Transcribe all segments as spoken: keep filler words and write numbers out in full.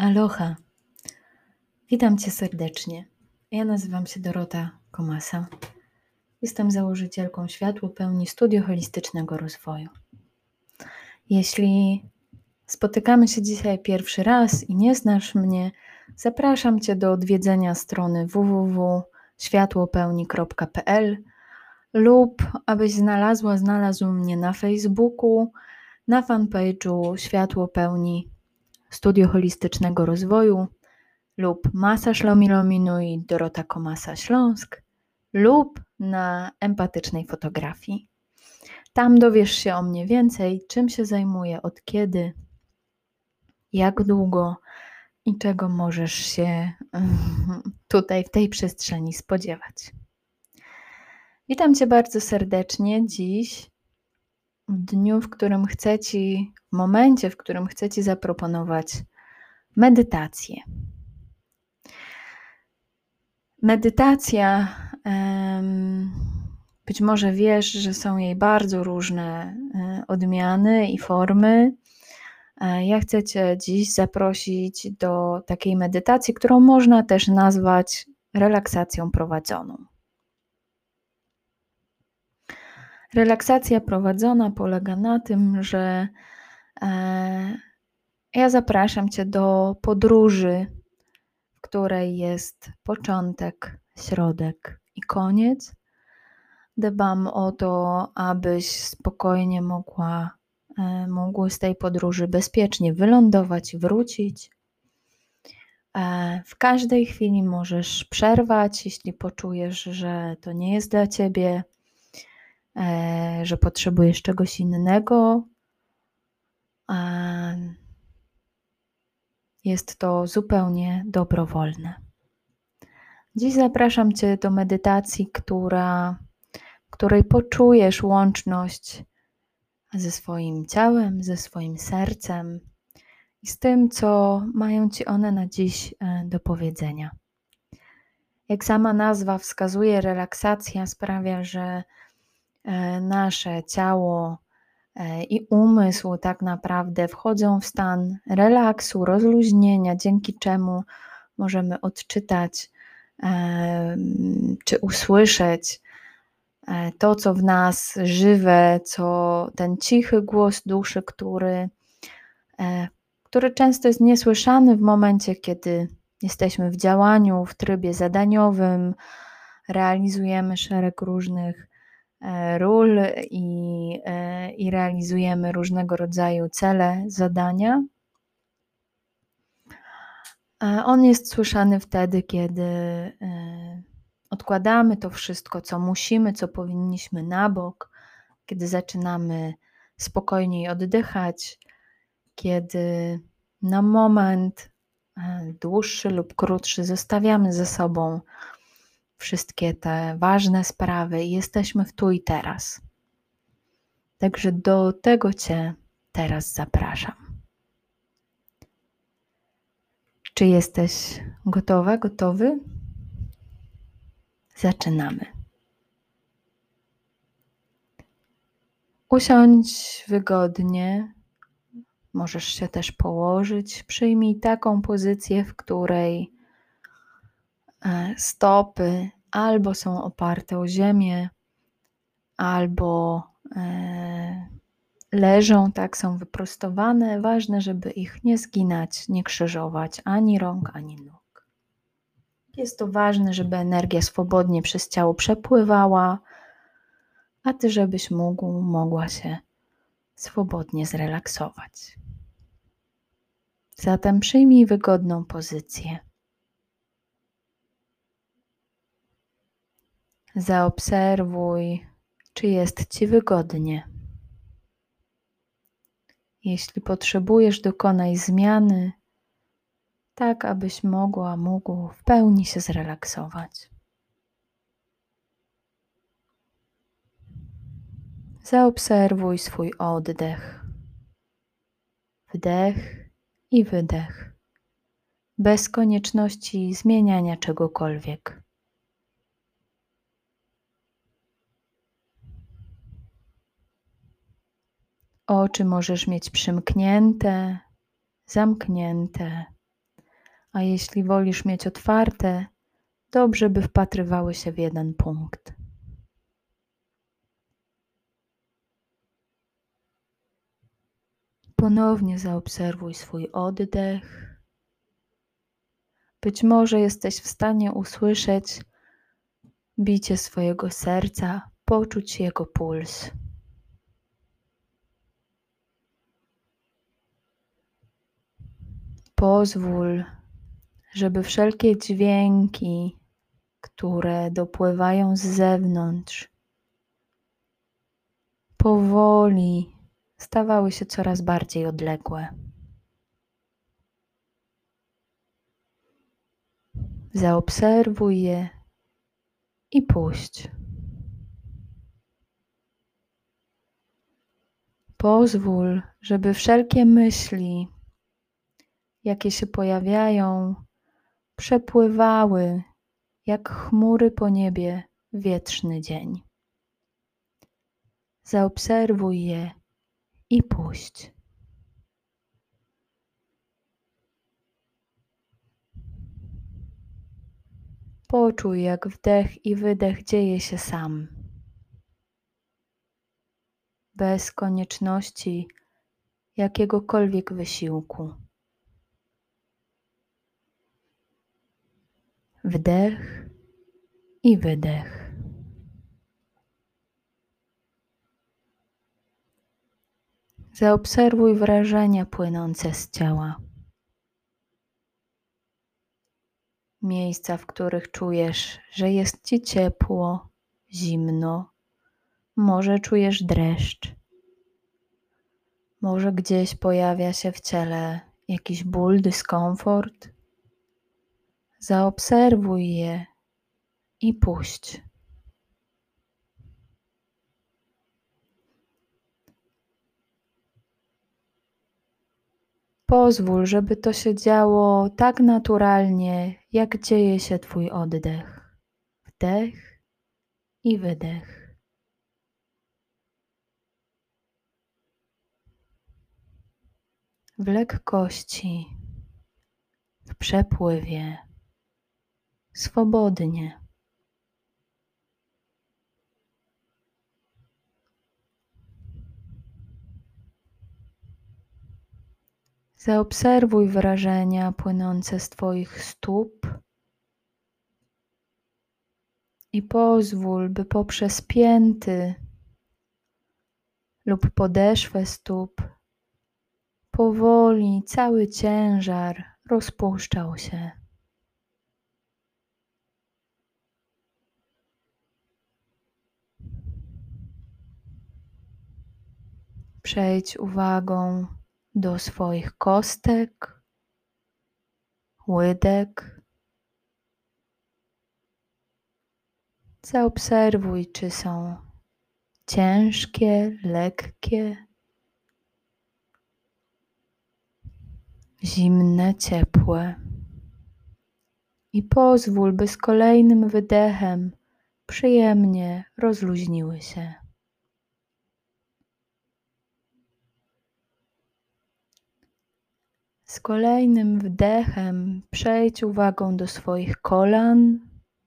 Aloha, witam Cię serdecznie. Ja nazywam się Dorota Komasa. Jestem założycielką Światło Pełni Studio Holistycznego Rozwoju. Jeśli spotykamy się dzisiaj pierwszy raz i nie znasz mnie, zapraszam Cię do odwiedzenia strony w w w kropka światłopełni kropka p l lub abyś znalazła, znalazł mnie na Facebooku, na fanpage'u Światło Pełni Studio Holistycznego Rozwoju lub Masaż Lomi Lomi Nui Dorota Komasa Śląsk lub na empatycznej fotografii. Tam dowiesz się o mnie więcej, czym się zajmuję, od kiedy, jak długo i czego możesz się tutaj w tej przestrzeni spodziewać. Witam Cię bardzo serdecznie dziś, w dniu, w którym chcę Ci, w momencie, w którym chcę Ci zaproponować medytację. Medytacja, być może wiesz, że są jej bardzo różne odmiany i formy. Ja chcę Cię dziś zaprosić do takiej medytacji, którą można też nazwać relaksacją prowadzoną. Relaksacja prowadzona polega na tym, że ja zapraszam Cię do podróży, w której jest początek, środek i koniec. Dbam o to, abyś spokojnie mogła, mógł z tej podróży bezpiecznie wylądować i wrócić. W każdej chwili możesz przerwać, jeśli poczujesz, że to nie jest dla Ciebie, że potrzebujesz czegoś innego. Jest to zupełnie dobrowolne. Dziś zapraszam Cię do medytacji, która, w której poczujesz łączność ze swoim ciałem, ze swoim sercem i z tym, co mają Ci one na dziś do powiedzenia. Jak sama nazwa wskazuje, relaksacja sprawia, że nasze ciało i umysł tak naprawdę wchodzą w stan relaksu, rozluźnienia, dzięki czemu możemy odczytać czy usłyszeć to, co w nas żywe, co ten cichy głos duszy, który, który często jest niesłyszany w momencie, kiedy jesteśmy w działaniu, w trybie zadaniowym, realizujemy szereg różnych ról i, i realizujemy różnego rodzaju cele, zadania. On jest słyszany wtedy, kiedy odkładamy to wszystko, co musimy, co powinniśmy na bok, kiedy zaczynamy spokojniej oddychać, kiedy na moment dłuższy lub krótszy zostawiamy ze sobą wszystkie te ważne sprawy i jesteśmy w tu i teraz. Także do tego Cię teraz zapraszam. Czy jesteś gotowa, gotowy? Zaczynamy. Usiądź wygodnie, możesz się też położyć. Przyjmij taką pozycję, w której stopy albo są oparte o ziemię, albo leżą, tak, są wyprostowane. Ważne, żeby ich nie zginać, nie krzyżować ani rąk, ani nóg. Jest to ważne, żeby energia swobodnie przez ciało przepływała, a Ty, żebyś mógł, mogła się swobodnie zrelaksować. Zatem przyjmij wygodną pozycję. Zaobserwuj, czy jest Ci wygodnie. Jeśli potrzebujesz, dokonaj zmiany, tak abyś mogła, mógł w pełni się zrelaksować. Zaobserwuj swój oddech, wdech i wydech, bez konieczności zmieniania czegokolwiek. Oczy możesz mieć przymknięte, zamknięte, A jeśli wolisz mieć otwarte, dobrze by wpatrywały się w jeden punkt. Ponownie zaobserwuj swój oddech. Być może jesteś w stanie usłyszeć bicie swojego serca, poczuć jego puls. Pozwól, żeby wszelkie dźwięki, które dopływają z zewnątrz, powoli stawały się coraz bardziej odległe. Zaobserwuj je i puść. Pozwól, żeby wszelkie myśli, jakie się pojawiają, przepływały jak chmury po niebie w wietrzny dzień. Zaobserwuj je i puść. Poczuj, jak wdech i wydech dzieje się sam, bez konieczności jakiegokolwiek wysiłku. Wdech i wydech. Zaobserwuj wrażenia płynące z ciała. Miejsca, w których czujesz, że jest ci ciepło, zimno, może czujesz dreszcz. Może gdzieś pojawia się w ciele jakiś ból, dyskomfort. Zaobserwuj je i puść. Pozwól, żeby to się działo tak naturalnie, jak dzieje się twój oddech. Wdech i wydech. W lekkości, w przepływie, swobodnie. Zaobserwuj wrażenia płynące z twoich stóp i pozwól, by poprzez pięty lub podeszwę stóp powoli cały ciężar rozpuszczał się. Przejdź uwagą do swoich kostek, łydek. Zaobserwuj, czy są ciężkie, lekkie, zimne, ciepłe. I pozwól, by z kolejnym wydechem przyjemnie rozluźniły się. Z kolejnym wdechem przejdź uwagą do swoich kolan.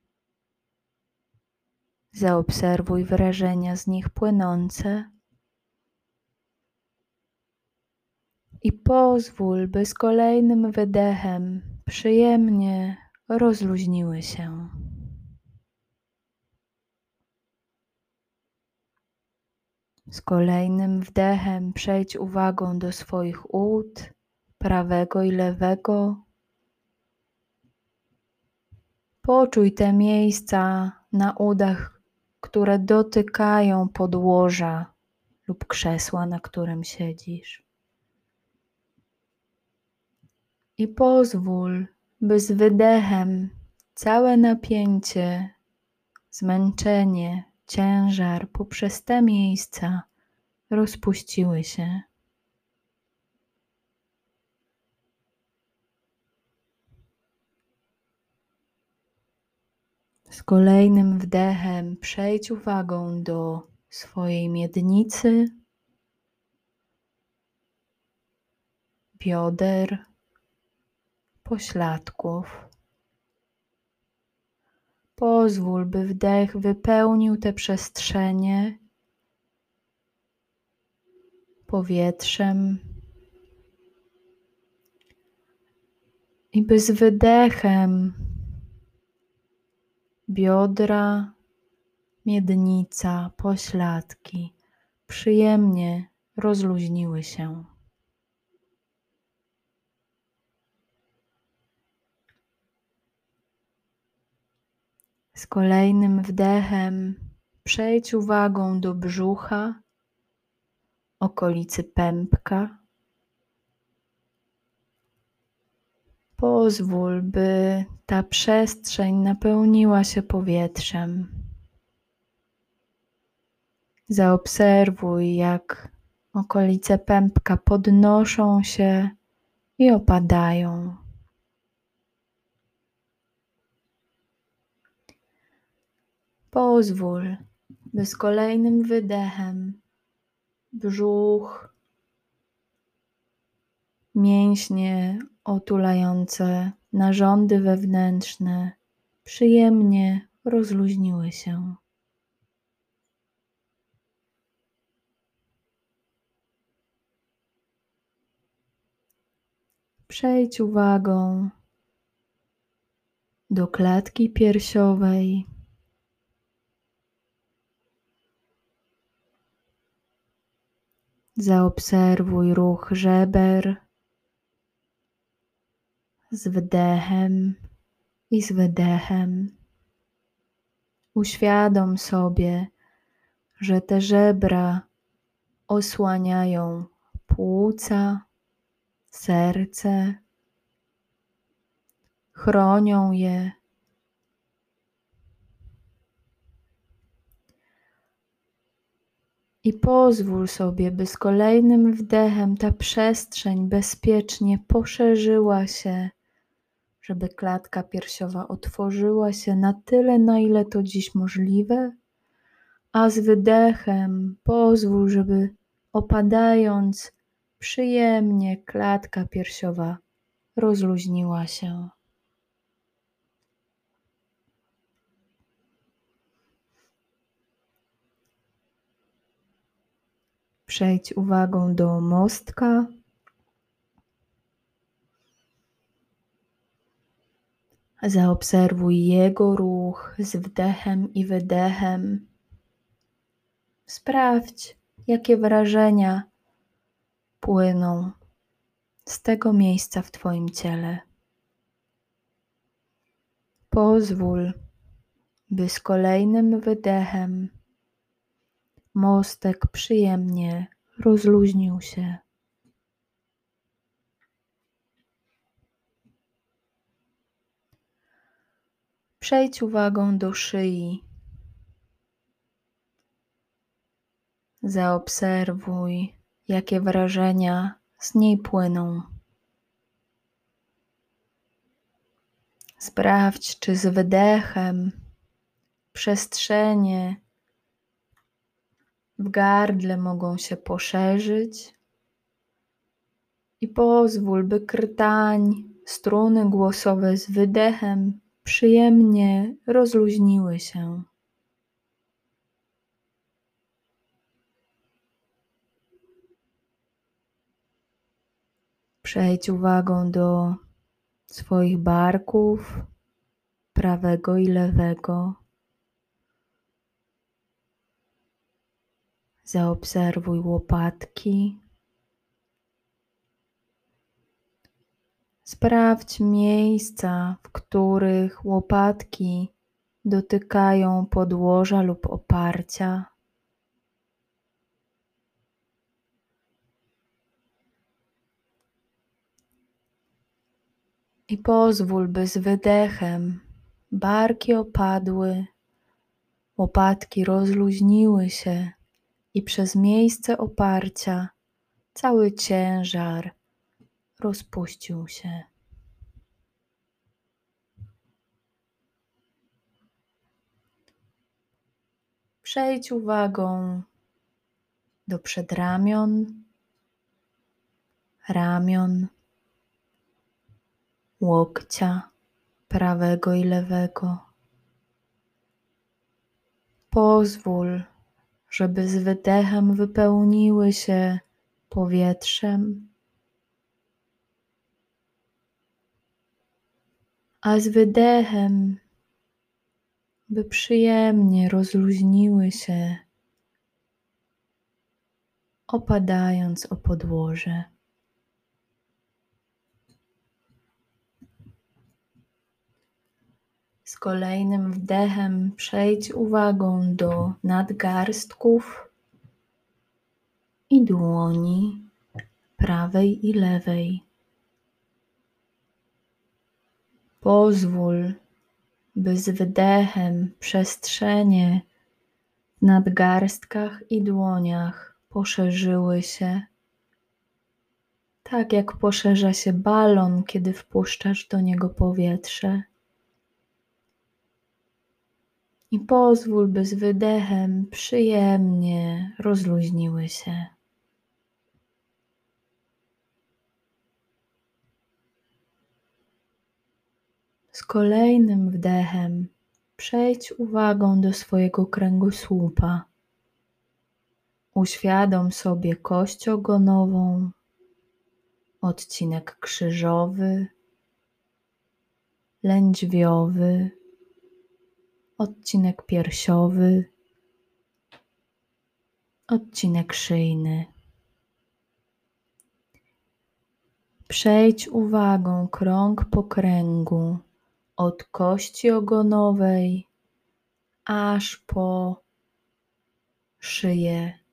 Zaobserwuj wrażenia z nich płynące. I pozwól, by z kolejnym wydechem przyjemnie rozluźniły się. Z kolejnym wdechem przejdź uwagą do swoich ud, prawego i lewego. Poczuj te miejsca na udach, które dotykają podłoża lub krzesła, na którym siedzisz. I pozwól, by z wydechem całe napięcie, zmęczenie, ciężar poprzez te miejsca rozpuściły się. Z kolejnym wdechem przejdź uwagą do swojej miednicy, bioder, pośladków. Pozwól, by wdech wypełnił te przestrzenie powietrzem i by z wydechem biodra, miednica, pośladki przyjemnie rozluźniły się. Z kolejnym wdechem przejdź uwagą do brzucha, okolicy pępka. Pozwól, by ta przestrzeń napełniła się powietrzem. Zaobserwuj, jak okolice pępka podnoszą się i opadają. Pozwól, by z kolejnym wydechem brzuch, mięśnie otulające narządy wewnętrzne przyjemnie rozluźniły się. Przejdź uwagą do klatki piersiowej. Zaobserwuj ruch żeber z wdechem i z wydechem. Uświadom sobie, że te żebra osłaniają płuca, serce, chronią je. I pozwól sobie, by z kolejnym wdechem ta przestrzeń bezpiecznie poszerzyła się, żeby klatka piersiowa otworzyła się na tyle, na ile to dziś możliwe, a z wydechem pozwól, żeby opadając przyjemnie klatka piersiowa rozluźniła się. Przejdź uwagą do mostka. Zaobserwuj jego ruch z wdechem i wydechem. Sprawdź, jakie wrażenia płyną z tego miejsca w Twoim ciele. Pozwól, by z kolejnym wydechem mostek przyjemnie rozluźnił się. Przejdź uwagą do szyi. Zaobserwuj, jakie wrażenia z niej płyną. Sprawdź, czy z wydechem przestrzenie w gardle mogą się poszerzyć i pozwól, by krtań, struny głosowe z wydechem przyjemnie rozluźniły się. Przejdź uwagą do swoich barków, prawego i lewego. Zaobserwuj łopatki. Sprawdź miejsca, w których łopatki dotykają podłoża lub oparcia. I pozwól, by z wydechem barki opadły, łopatki rozluźniły się i przez miejsce oparcia cały ciężar rozpuścił się. Przejdź uwagą do przedramion, ramion, łokcia prawego i lewego. Pozwól, żeby z wydechem wypełniły się powietrzem, a z wydechem, by przyjemnie rozluźniły się, opadając o podłoże. Z kolejnym wdechem przejdź uwagą do nadgarstków i dłoni prawej i lewej. Pozwól, by z wydechem przestrzenie w nadgarstkach i dłoniach poszerzyły się, tak jak poszerza się balon, kiedy wpuszczasz do niego powietrze. I pozwól, by z wydechem przyjemnie rozluźniły się. Z kolejnym wdechem przejdź uwagą do swojego kręgosłupa. Uświadom sobie kość ogonową, odcinek krzyżowy, lędźwiowy, odcinek piersiowy, odcinek szyjny. Przejdź uwagą krąg po kręgu, od kości ogonowej aż po szyję.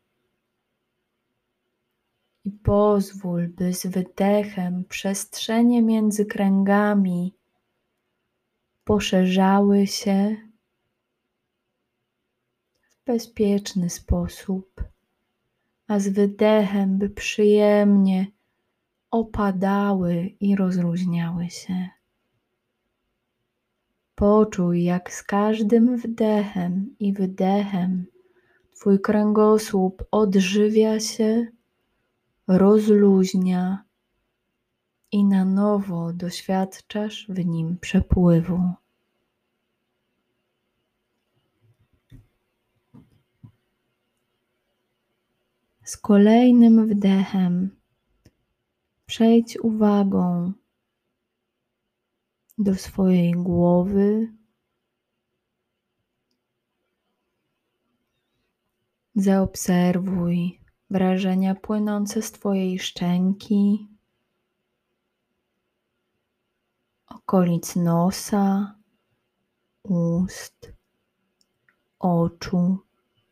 I pozwól, by z wydechem przestrzenie między kręgami poszerzały się w bezpieczny sposób, a z wydechem, by przyjemnie opadały i rozluźniały się. Poczuj, jak z każdym wdechem i wydechem Twój kręgosłup odżywia się, rozluźnia i na nowo doświadczasz w nim przepływu. Z kolejnym wdechem przejdź uwagą do swojej głowy. Zaobserwuj wrażenia płynące z Twojej szczęki, okolic nosa, ust, oczu.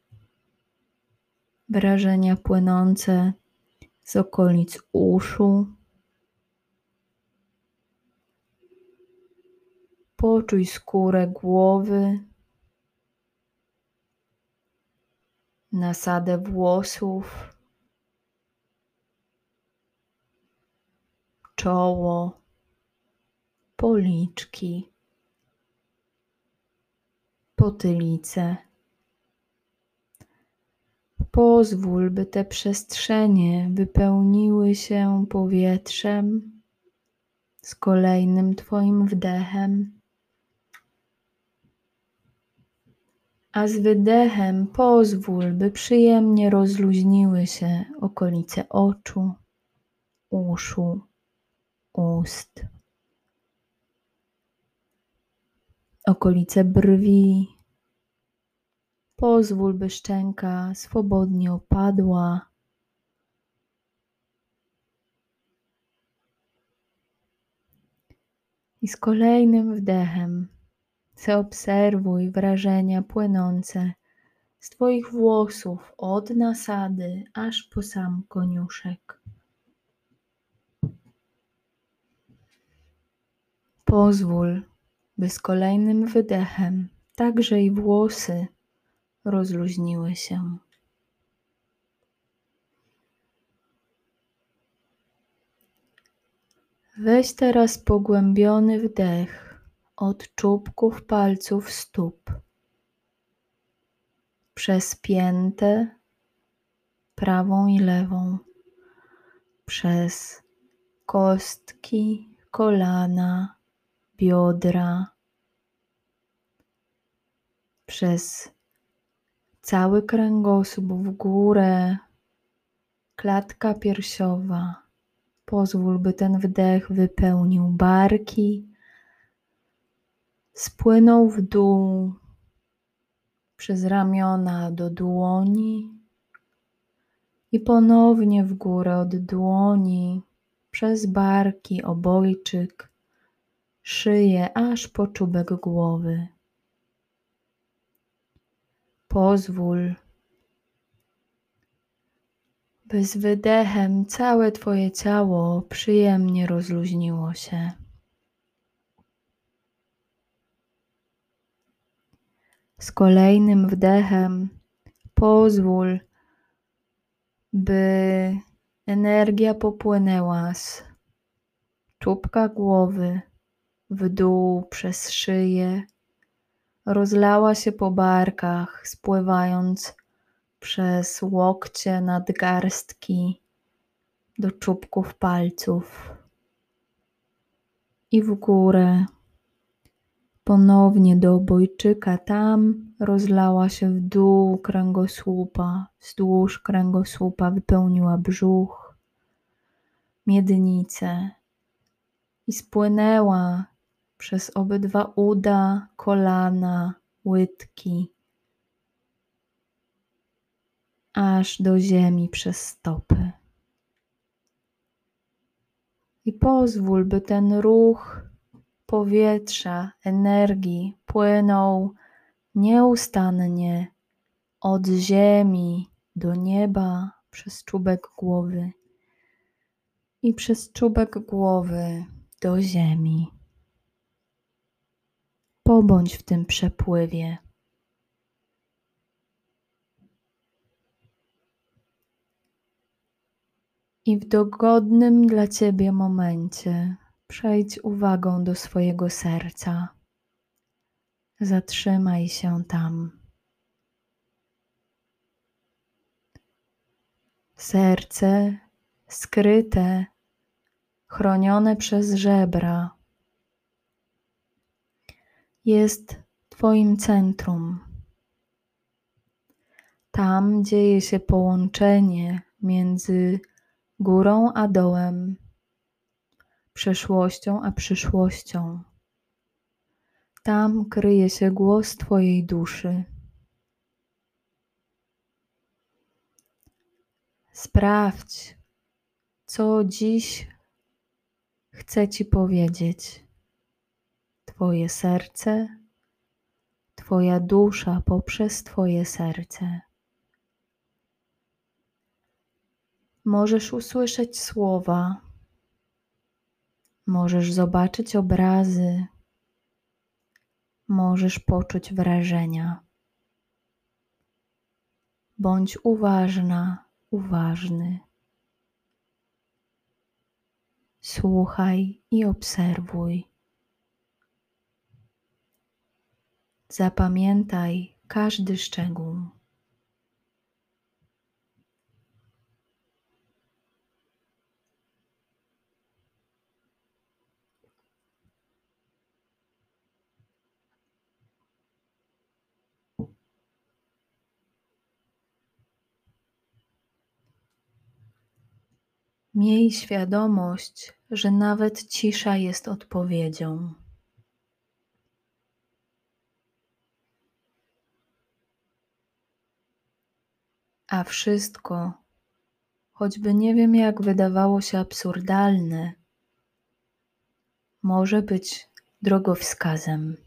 Wrażenia płynące z okolic uszu. Poczuj skórę głowy, nasadę włosów, czoło, policzki, potylicę. Pozwól, by te przestrzenie wypełniły się powietrzem z kolejnym Twoim wdechem, a z wydechem pozwól, by przyjemnie rozluźniły się okolice oczu, uszu, ust, okolice brwi. Pozwól, by szczęka swobodnie opadła. I z kolejnym wdechem zaobserwuj wrażenia płynące z Twoich włosów od nasady aż po sam koniuszek. Pozwól, by z kolejnym wydechem także i włosy rozluźniły się. Weź teraz pogłębiony wdech od czubków palców stóp, przez piętę prawą i lewą, przez kostki kolana, biodra, przez cały kręgosłup w górę, klatka piersiowa. Pozwól, by ten wdech wypełnił barki, spłynął w dół przez ramiona do dłoni i ponownie w górę od dłoni, przez barki, obojczyk, szyję, aż po czubek głowy. Pozwól, by z wydechem całe Twoje ciało przyjemnie rozluźniło się. Z kolejnym wdechem pozwól, by energia popłynęła z czubka głowy w dół przez szyję, rozlała się po barkach, spływając przez łokcie, nadgarstki do czubków palców i w górę, ponownie do obojczyka. Tam rozlała się w dół kręgosłupa, wzdłuż kręgosłupa wypełniła brzuch, miednicę i spłynęła przez obydwa uda, kolana, łydki, aż do ziemi przez stopy. I pozwól, by ten ruch powietrza, energii płynął nieustannie od ziemi do nieba przez czubek głowy i przez czubek głowy do ziemi. Pobądź w tym przepływie. I w dogodnym dla Ciebie momencie przejdź uwagą do swojego serca. Zatrzymaj się tam. Serce skryte, chronione przez żebra, jest Twoim centrum. Tam dzieje się połączenie między górą a dołem, przeszłością a przyszłością. Tam kryje się głos Twojej duszy. Sprawdź, co dziś chce Ci powiedzieć Twoje serce, Twoja dusza poprzez Twoje serce. Możesz usłyszeć słowa, możesz zobaczyć obrazy, możesz poczuć wrażenia. Bądź uważna, uważny. Słuchaj i obserwuj. Zapamiętaj każdy szczegół. Miej świadomość, że nawet cisza jest odpowiedzią. A wszystko, choćby nie wiem jak wydawało się absurdalne, może być drogowskazem.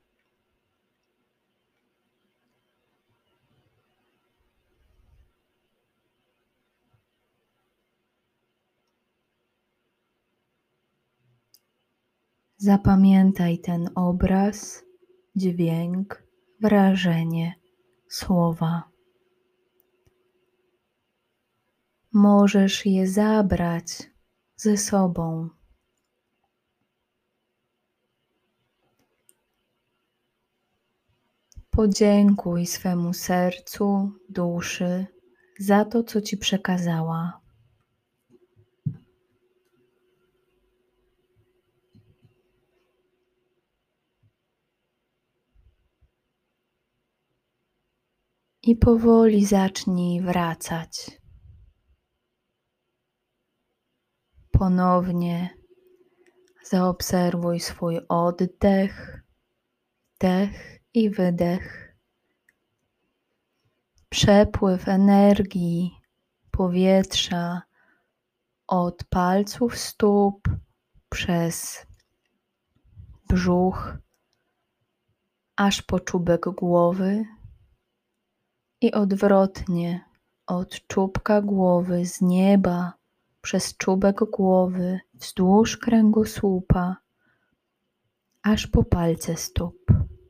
Zapamiętaj ten obraz, dźwięk, wrażenie, słowa. Możesz je zabrać ze sobą. Podziękuj swemu sercu, duszy za to, co Ci przekazała. i powoli zacznij wracać. Ponownie zaobserwuj swój oddech, wdech i wydech. Przepływ energii, powietrza od palców stóp przez brzuch aż po czubek głowy i odwrotnie od czubka głowy z nieba przez czubek głowy wzdłuż kręgosłupa aż po palce stóp.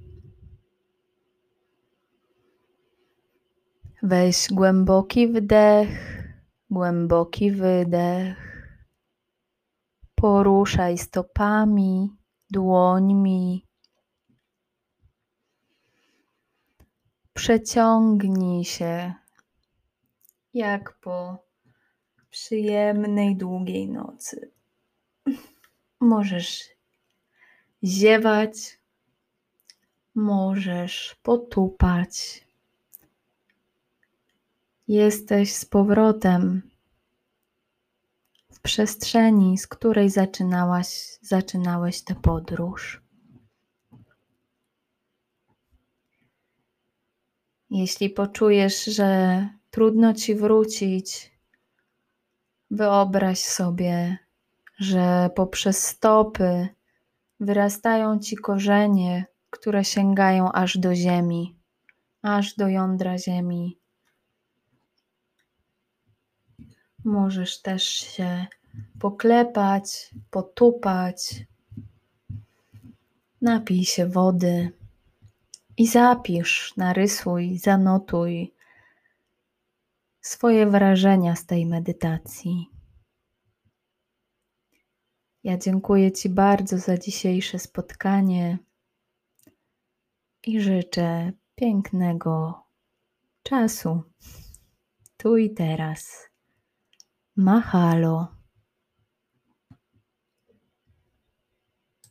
Weź głęboki wdech, głęboki wydech. Poruszaj stopami, dłońmi. Przeciągnij się jak po przyjemnej, długiej nocy. Możesz ziewać, możesz potupać. Jesteś z powrotem w przestrzeni, z której zaczynałaś, zaczynałeś tę podróż. Jeśli poczujesz, że trudno ci wrócić, wyobraź sobie, że poprzez stopy wyrastają ci korzenie, które sięgają aż do ziemi, aż do jądra ziemi. Możesz też się poklepać, potupać, napij się wody i zapisz, narysuj, zanotuj swoje wrażenia z tej medytacji. Ja dziękuję Ci bardzo za dzisiejsze spotkanie i życzę pięknego czasu tu i teraz. Mahalo.